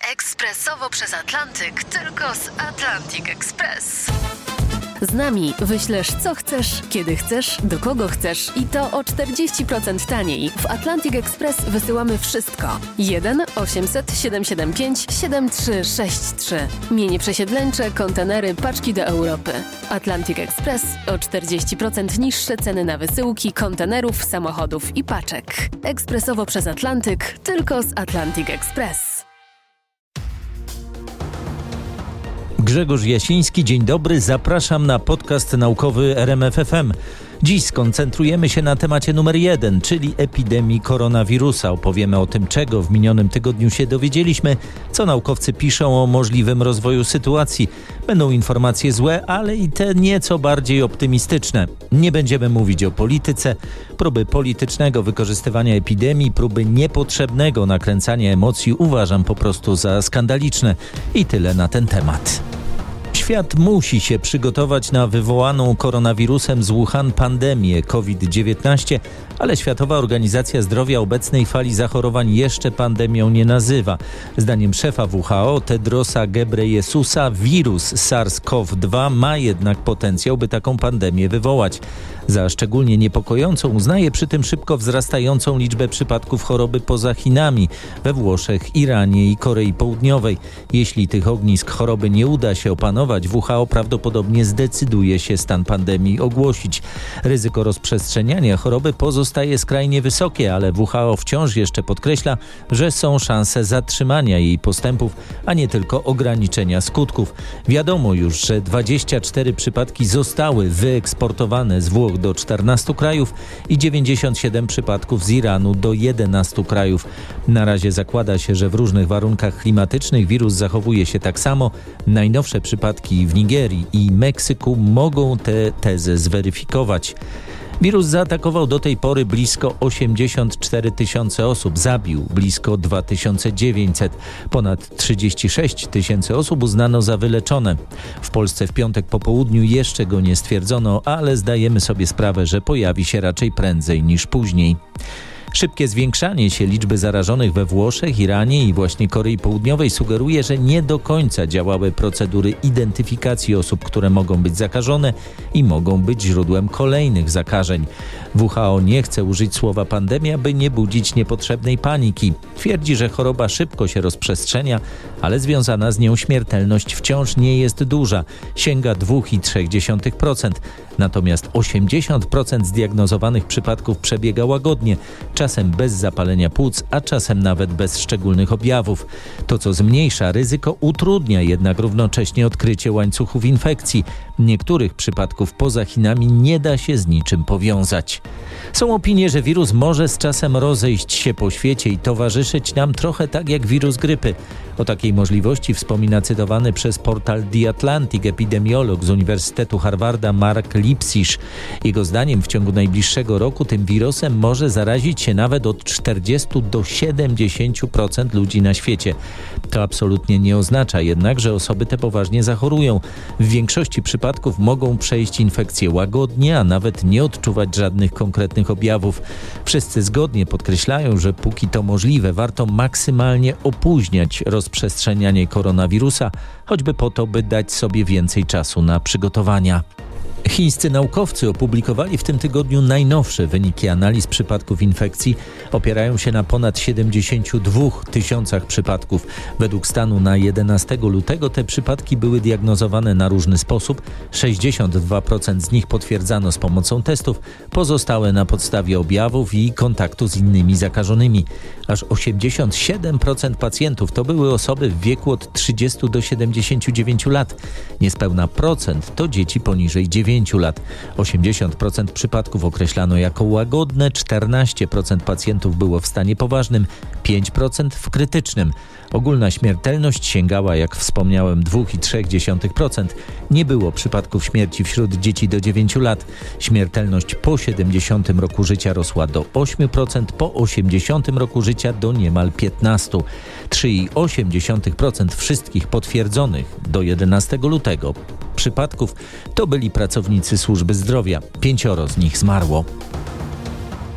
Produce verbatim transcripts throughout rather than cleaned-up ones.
Ekspresowo przez Atlantyk, tylko z Atlantic Express. Z nami wyślesz co chcesz, kiedy chcesz, do kogo chcesz i to o czterdzieści procent taniej. W Atlantic Express wysyłamy wszystko. jeden osiemset siedemset siedemdziesiąt pięć siedemdziesiąt trzy sześćdziesiąt trzy. Mienie przesiedleńcze, kontenery, paczki do Europy. Atlantic Express o czterdzieści procent niższe ceny na wysyłki, kontenerów, samochodów i paczek. Ekspresowo przez Atlantyk, tylko z Atlantic Express. Grzegorz Jasiński, dzień dobry, zapraszam na podcast naukowy R M F F M. Dziś skoncentrujemy się na temacie numer jeden, czyli epidemii koronawirusa. Opowiemy o tym, czego w minionym tygodniu się dowiedzieliśmy, co naukowcy piszą o możliwym rozwoju sytuacji. Będą informacje złe, ale i te nieco bardziej optymistyczne. Nie będziemy mówić o polityce. Próby politycznego wykorzystywania epidemii, próby niepotrzebnego nakręcania emocji uważam po prostu za skandaliczne. I tyle na ten temat. Świat musi się przygotować na wywołaną koronawirusem z Wuhan pandemię COVID dziewiętnaście, ale Światowa Organizacja Zdrowia obecnej fali zachorowań jeszcze pandemią nie nazywa. Zdaniem szefa W H O Tedrosa Ghebreyesusa wirus SARS-CoV dwa ma jednak potencjał, by taką pandemię wywołać. Za szczególnie niepokojącą uznaje przy tym szybko wzrastającą liczbę przypadków choroby poza Chinami, we Włoszech, Iranie i Korei Południowej. Jeśli tych ognisk choroby nie uda się opanować, W H O prawdopodobnie zdecyduje się stan pandemii ogłosić. Ryzyko rozprzestrzeniania choroby pozostaje skrajnie wysokie, ale W H O wciąż jeszcze podkreśla, że są szanse zatrzymania jej postępów, a nie tylko ograniczenia skutków. Wiadomo już, że dwadzieścia cztery przypadki zostały wyeksportowane z Włoch do czternastu krajów i dziewięćdziesiąt siedem przypadków z Iranu do jedenastu krajów. Na razie zakłada się, że w różnych warunkach klimatycznych wirus zachowuje się tak samo. Najnowsze przypadki w Nigerii i Meksyku mogą tę tezę zweryfikować. Wirus zaatakował do tej pory blisko osiemdziesiąt cztery tysiące osób, zabił blisko dwa tysiące dziewięćset. Ponad trzydzieści sześć tysięcy osób uznano za wyleczone. W Polsce w piątek po południu jeszcze go nie stwierdzono, ale zdajemy sobie sprawę, że pojawi się raczej prędzej niż później. Szybkie zwiększanie się liczby zarażonych we Włoszech, Iranie i właśnie Korei Południowej sugeruje, że nie do końca działały procedury identyfikacji osób, które mogą być zakażone i mogą być źródłem kolejnych zakażeń. W H O nie chce użyć słowa pandemia, by nie budzić niepotrzebnej paniki. Twierdzi, że choroba szybko się rozprzestrzenia, ale związana z nią śmiertelność wciąż nie jest duża. Sięga dwa przecinek trzy procent. Natomiast osiemdziesiąt procent zdiagnozowanych przypadków przebiega łagodnie, czasem bez zapalenia płuc, a czasem nawet bez szczególnych objawów. To, co zmniejsza ryzyko, utrudnia jednak równocześnie odkrycie łańcuchów infekcji. Niektórych przypadków poza Chinami nie da się z niczym powiązać. Są opinie, że wirus może z czasem rozejść się po świecie i towarzyszyć nam trochę tak jak wirus grypy. O takiej możliwości wspomina cytowany przez portal The Atlantic epidemiolog z Uniwersytetu Harvarda Mark Lipsitch. Jego zdaniem w ciągu najbliższego roku tym wirusem może zarazić się nawet od czterdziestu do siedemdziesięciu procent ludzi na świecie. To absolutnie nie oznacza jednak, że osoby te poważnie zachorują. W większości przypadków mogą przejść infekcję łagodnie, a nawet nie odczuwać żadnych konkretnych objawów. Wszyscy zgodnie podkreślają, że póki to możliwe, warto maksymalnie opóźniać rozprzestrzenianie koronawirusa, choćby po to, by dać sobie więcej czasu na przygotowania. Chińscy naukowcy opublikowali w tym tygodniu najnowsze wyniki analiz przypadków infekcji. Opierają się na ponad siedemdziesięciu dwóch tysiącach przypadków. Według stanu na jedenastego lutego te przypadki były diagnozowane na różny sposób. sześćdziesiąt dwa procent z nich potwierdzano z pomocą testów, pozostałe na podstawie objawów i kontaktu z innymi zakażonymi. Aż osiemdziesiąt siedem procent pacjentów to były osoby w wieku od trzydziestu do siedemdziesięciu dziewięciu lat. Niespełna procent to dzieci poniżej dziewięciu lat. osiemdziesiąt procent przypadków określano jako łagodne, czternaście procent pacjentów było w stanie poważnym, pięć procent w krytycznym. Ogólna śmiertelność sięgała, jak wspomniałem, dwa przecinek trzy procent. Nie było przypadków śmierci wśród dzieci do dziewięciu lat. Śmiertelność po siedemdziesiątym roku życia rosła do ośmiu procent, po osiemdziesiątym roku życia do niemal piętnastu procent. trzy przecinek osiem procent wszystkich potwierdzonych do jedenastego lutego przypadków to byli pracownicy służby zdrowia. Pięcioro z nich zmarło.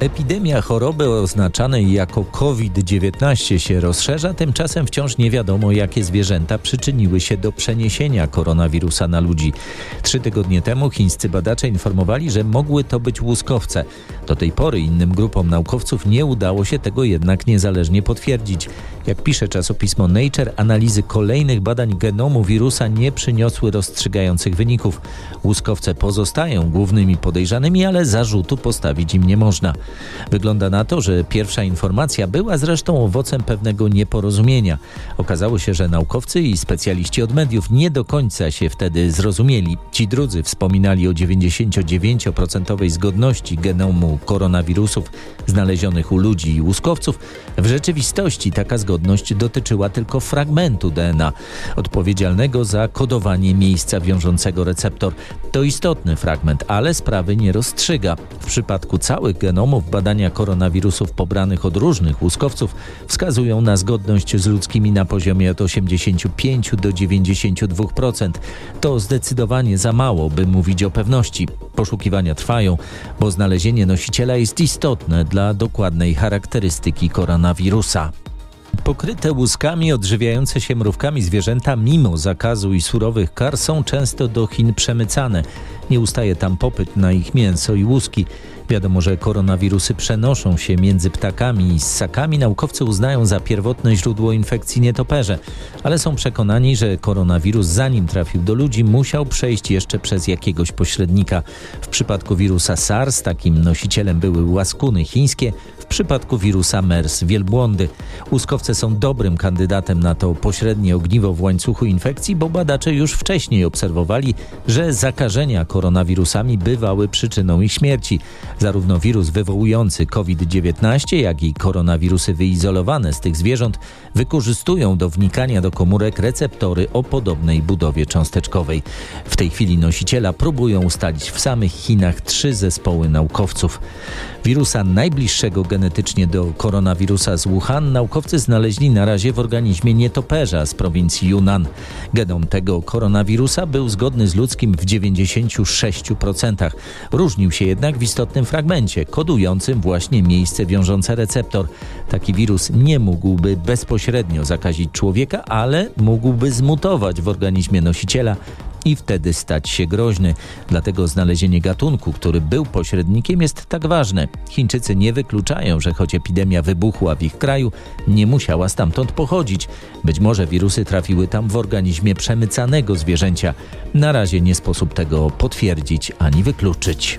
Epidemia choroby oznaczanej jako kowid dziewiętnaście się rozszerza, tymczasem wciąż nie wiadomo, jakie zwierzęta przyczyniły się do przeniesienia koronawirusa na ludzi. Trzy tygodnie temu chińscy badacze informowali, że mogły to być łuskowce. Do tej pory innym grupom naukowców nie udało się tego jednak niezależnie potwierdzić. Jak pisze czasopismo Nature, analizy kolejnych badań genomu wirusa nie przyniosły rozstrzygających wyników. Łuskowce pozostają głównymi podejrzanymi, ale zarzutu postawić im nie można. Wygląda na to, że pierwsza informacja była zresztą owocem pewnego nieporozumienia. Okazało się, że naukowcy i specjaliści od mediów nie do końca się wtedy zrozumieli. Ci drudzy wspominali o dziewięćdziesięciodziewięcioprocentowej zgodności genomu koronawirusów znalezionych u ludzi i łuskowców. W rzeczywistości taka zgodność dotyczyła tylko fragmentu D N A, odpowiedzialnego za kodowanie miejsca wiążącego receptor. To istotny fragment, ale sprawy nie rozstrzyga. W przypadku całych genomów badania koronawirusów pobranych od różnych łuskowców wskazują na zgodność z ludzkimi na poziomie od osiemdziesiąt pięć do dziewięćdziesięciu dwóch procent. To zdecydowanie za mało, by mówić o pewności. Poszukiwania trwają, bo znalezienie nosiciela jest istotne dla dokładnej charakterystyki koronawirusa. Pokryte łuskami, odżywiające się mrówkami zwierzęta mimo zakazu i surowych kar są często do Chin przemycane. Nie ustaje tam popyt na ich mięso i łuski. Wiadomo, że koronawirusy przenoszą się między ptakami i ssakami. Naukowcy uznają za pierwotne źródło infekcji nietoperze, ale są przekonani, że koronawirus, zanim trafił do ludzi, musiał przejść jeszcze przez jakiegoś pośrednika. W przypadku wirusa SARS takim nosicielem były łaskuny chińskie, w przypadku wirusa MERS wielbłądy. Łuskowce są dobrym kandydatem na to pośrednie ogniwo w łańcuchu infekcji, bo badacze już wcześniej obserwowali, że zakażenia koronawirusami bywały przyczyną ich śmierci. Zarówno wirus wywołujący kowid dziewiętnaście, jak i koronawirusy wyizolowane z tych zwierząt wykorzystują do wnikania do komórek receptory o podobnej budowie cząsteczkowej. W tej chwili nosiciela próbują ustalić w samych Chinach trzy zespoły naukowców. Wirusa najbliższego genetycznie do koronawirusa z Wuhan naukowcy znaleźli na razie w organizmie nietoperza z prowincji Yunnan. Genom tego koronawirusa był zgodny z ludzkim w dziewięćdziesięciu sześciu procentach. Różnił się jednak w istotnym fragmencie, kodującym właśnie miejsce wiążące receptor. Taki wirus nie mógłby bezpośrednio zakazić człowieka, ale mógłby zmutować w organizmie nosiciela i wtedy stać się groźny. Dlatego znalezienie gatunku, który był pośrednikiem, jest tak ważne. Chińczycy nie wykluczają, że choć epidemia wybuchła w ich kraju, nie musiała stamtąd pochodzić. Być może wirusy trafiły tam w organizmie przemycanego zwierzęcia. Na razie nie sposób tego potwierdzić ani wykluczyć.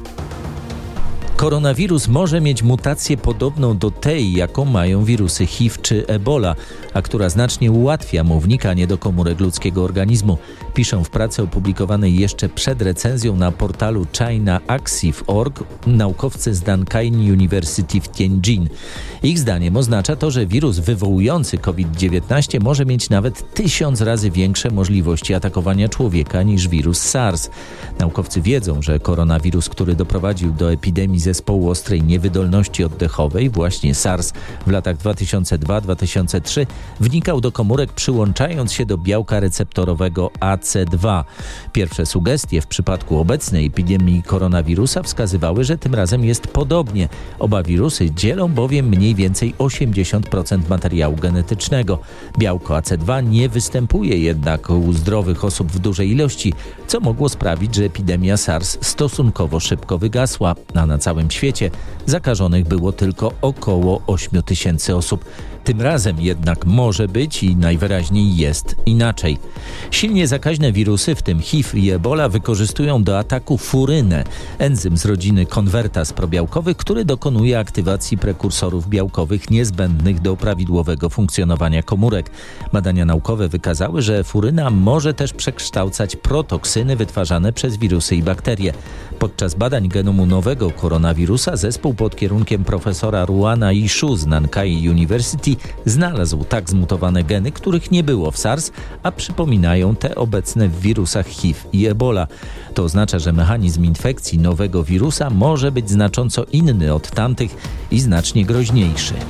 Koronawirus może mieć mutację podobną do tej, jaką mają wirusy H I V czy Ebola, a która znacznie ułatwia mu wnikanie do komórek ludzkiego organizmu. Piszą w pracy opublikowanej jeszcze przed recenzją na portalu china axiv kropka org naukowcy z Dancain University w Tianjin. Ich zdaniem oznacza to, że wirus wywołujący kowid dziewiętnaście może mieć nawet tysiąc razy większe możliwości atakowania człowieka niż wirus SARS. Naukowcy wiedzą, że koronawirus, który doprowadził do epidemii zespołu ostrej niewydolności oddechowej, właśnie SARS, w latach dwa tysiące drugi do dwa tysiące trzeciego wnikał do komórek, przyłączając się do białka receptorowego A C dwa. Pierwsze sugestie w przypadku obecnej epidemii koronawirusa wskazywały, że tym razem jest podobnie. Oba wirusy dzielą bowiem mniej więcej osiemdziesiąt procent materiału genetycznego. Białko A C dwa nie występuje jednak u zdrowych osób w dużej ilości, co mogło sprawić, że epidemia SARS stosunkowo szybko wygasła, a na całym świecie zakażonych było tylko około ośmiu tysięcy osób. Tym razem jednak może być i najwyraźniej jest inaczej. Silnie zakaźne wirusy, w tym H I V i Ebola, wykorzystują do ataku furynę, enzym z rodziny konwertaz probiałkowych, który dokonuje aktywacji prekursorów białkowych niezbędnych do prawidłowego funkcjonowania komórek. Badania naukowe wykazały, że furyna może też przekształcać protoksyny wytwarzane przez wirusy i bakterie. Podczas badań genomu nowego koronawirusa zespół pod kierunkiem profesora Ruana Yishu z Nankai University znalazł tak zmutowane geny, których nie było w SARS, a przypominają te obecne w wirusach H I V i Ebola. To oznacza, że mechanizm infekcji nowego wirusa może być znacząco inny od tamtych i znacznie groźniejszy.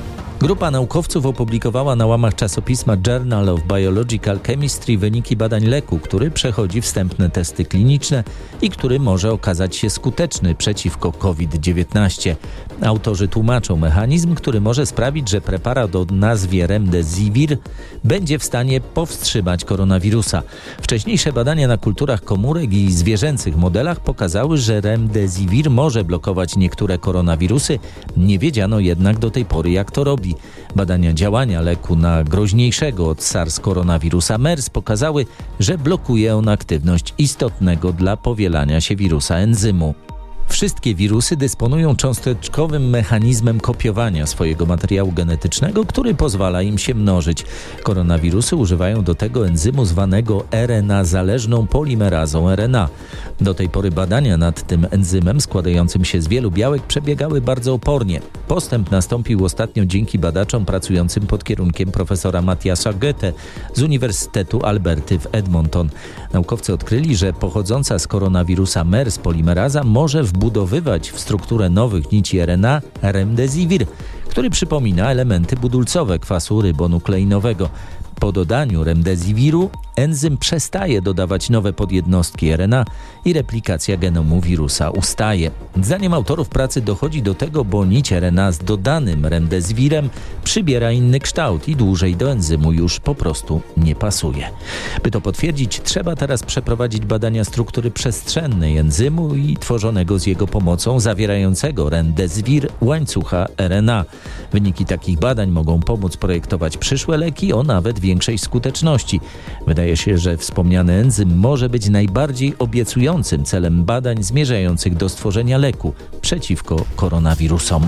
Grupa naukowców opublikowała na łamach czasopisma Journal of Biological Chemistry wyniki badań leku, który przechodzi wstępne testy kliniczne i który może okazać się skuteczny przeciwko kowid dziewiętnaście. Autorzy tłumaczą mechanizm, który może sprawić, że preparat o nazwie Remdesivir będzie w stanie powstrzymać koronawirusa. Wcześniejsze badania na kulturach komórek i zwierzęcych modelach pokazały, że Remdesivir może blokować niektóre koronawirusy. Nie wiedziano jednak do tej pory, jak to robi. Badania działania leku na groźniejszego od SARS koronawirusa MERS pokazały, że blokuje on aktywność istotnego dla powielania się wirusa enzymu. Wszystkie wirusy dysponują cząsteczkowym mechanizmem kopiowania swojego materiału genetycznego, który pozwala im się mnożyć. Koronawirusy używają do tego enzymu zwanego R N A-zależną polimerazą R N A. Do tej pory badania nad tym enzymem składającym się z wielu białek przebiegały bardzo opornie. Postęp nastąpił ostatnio dzięki badaczom pracującym pod kierunkiem profesora Matthiasa Goethe z Uniwersytetu Alberty w Edmonton. Naukowcy odkryli, że pochodząca z koronawirusa MERS polimeraza może wbudowywać w strukturę nowych nici R N A Remdesivir, który przypomina elementy budulcowe kwasu rybonukleinowego. Po dodaniu Remdesiviru enzym przestaje dodawać nowe podjednostki R N A i replikacja genomu wirusa ustaje. Zdaniem autorów pracy dochodzi do tego, bo nić R N A z dodanym Remdesivirem przybiera inny kształt i dłużej do enzymu już po prostu nie pasuje. By to potwierdzić, trzeba teraz przeprowadzić badania struktury przestrzennej enzymu i tworzonego z jego pomocą zawierającego Remdesivir łańcucha R N A. Wyniki takich badań mogą pomóc projektować przyszłe leki o nawet większej skuteczności. Wydaje się, że wspomniany enzym może być najbardziej obiecującym celem badań zmierzających do stworzenia leku przeciwko koronawirusom.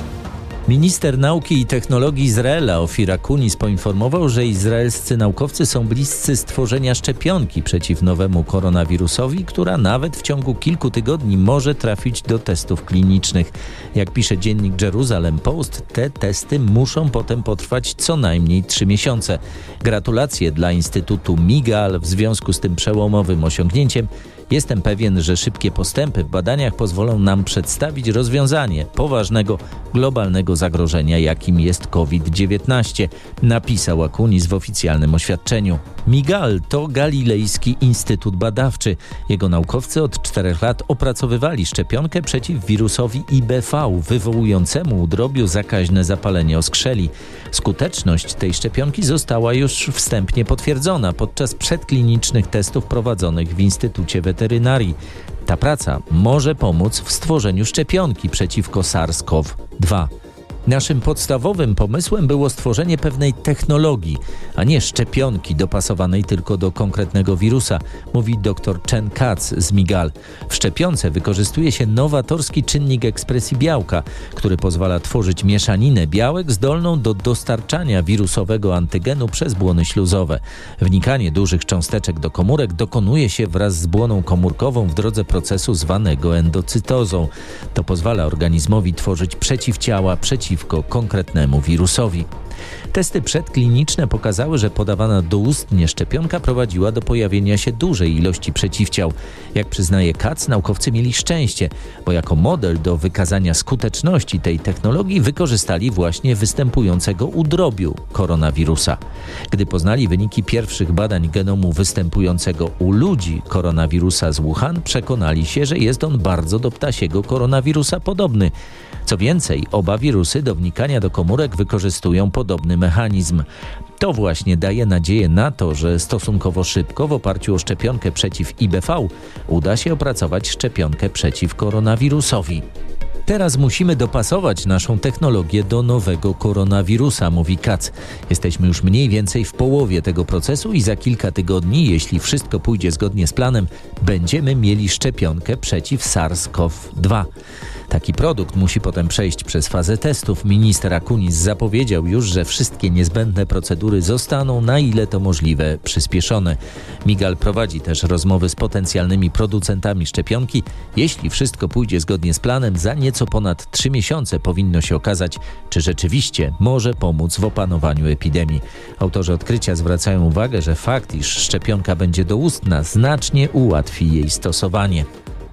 Minister Nauki i Technologii Izraela Ofir Akunis poinformował, że izraelscy naukowcy są bliscy stworzenia szczepionki przeciw nowemu koronawirusowi, która nawet w ciągu kilku tygodni może trafić do testów klinicznych. Jak pisze dziennik Jerusalem Post, te testy muszą potem potrwać co najmniej trzy miesiące. Gratulacje dla Instytutu Migal w związku z tym przełomowym osiągnięciem. Jestem pewien, że szybkie postępy w badaniach pozwolą nam przedstawić rozwiązanie poważnego, globalnego zagrożenia, jakim jest kowid dziewiętnaście, napisał Akunis w oficjalnym oświadczeniu. Migal to Galilejski Instytut Badawczy. Jego naukowcy od czterech lat opracowywali szczepionkę przeciw wirusowi I B V, wywołującemu u drobiu zakaźne zapalenie oskrzeli. Skuteczność tej szczepionki została już wstępnie potwierdzona podczas przedklinicznych testów prowadzonych w Instytucie Weterynarii. Ta praca może pomóc w stworzeniu szczepionki przeciwko SARS CoV dwa. Naszym podstawowym pomysłem było stworzenie pewnej technologii, a nie szczepionki dopasowanej tylko do konkretnego wirusa, mówi dr Chen Katz z Migal. W szczepionce wykorzystuje się nowatorski czynnik ekspresji białka, który pozwala tworzyć mieszaninę białek zdolną do dostarczania wirusowego antygenu przez błony śluzowe. Wnikanie dużych cząsteczek do komórek dokonuje się wraz z błoną komórkową w drodze procesu zwanego endocytozą. To pozwala organizmowi tworzyć przeciwciała przeciw konkretnemu wirusowi. Testy przedkliniczne pokazały, że podawana doustnie szczepionka prowadziła do pojawienia się dużej ilości przeciwciał. Jak przyznaje Katz, naukowcy mieli szczęście, bo jako model do wykazania skuteczności tej technologii wykorzystali właśnie występującego u drobiu koronawirusa. Gdy poznali wyniki pierwszych badań genomu występującego u ludzi koronawirusa z Wuhan, przekonali się, że jest on bardzo do ptasiego koronawirusa podobny. Co więcej, oba wirusy do wnikania do komórek wykorzystują podobny mechanizm. To właśnie daje nadzieję na to, że stosunkowo szybko w oparciu o szczepionkę przeciw I B V uda się opracować szczepionkę przeciw koronawirusowi. Teraz musimy dopasować naszą technologię do nowego koronawirusa, mówi Katz. Jesteśmy już mniej więcej w połowie tego procesu i za kilka tygodni, jeśli wszystko pójdzie zgodnie z planem, będziemy mieli szczepionkę przeciw SARS CoV dwa. Taki produkt musi potem przejść przez fazę testów. Minister Akunis zapowiedział już, że wszystkie niezbędne procedury zostaną, na ile to możliwe, przyspieszone. Migal prowadzi też rozmowy z potencjalnymi producentami szczepionki. Jeśli wszystko pójdzie zgodnie z planem, za nieco ponad trzy miesiące powinno się okazać, czy rzeczywiście może pomóc w opanowaniu epidemii. Autorzy odkrycia zwracają uwagę, że fakt, iż szczepionka będzie doustna, znacznie ułatwi jej stosowanie.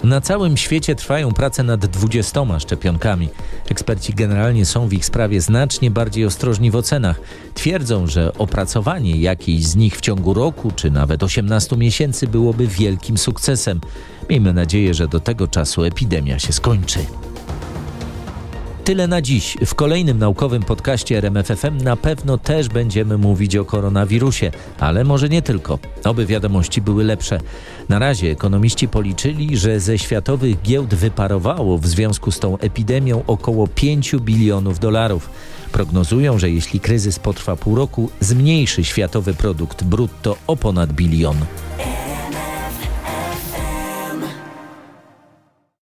Na całym świecie trwają prace nad dwudziestoma szczepionkami. Eksperci generalnie są w ich sprawie znacznie bardziej ostrożni w ocenach. Twierdzą, że opracowanie jakiejś z nich w ciągu roku czy nawet osiemnastu miesięcy byłoby wielkim sukcesem. Miejmy nadzieję, że do tego czasu epidemia się skończy. Tyle na dziś. W kolejnym naukowym podcaście R M F F M na pewno też będziemy mówić o koronawirusie, ale może nie tylko. Oby wiadomości były lepsze. Na razie ekonomiści policzyli, że ze światowych giełd wyparowało w związku z tą epidemią około pięć bilionów dolarów. Prognozują, że jeśli kryzys potrwa pół roku, zmniejszy światowy produkt brutto o ponad bilion.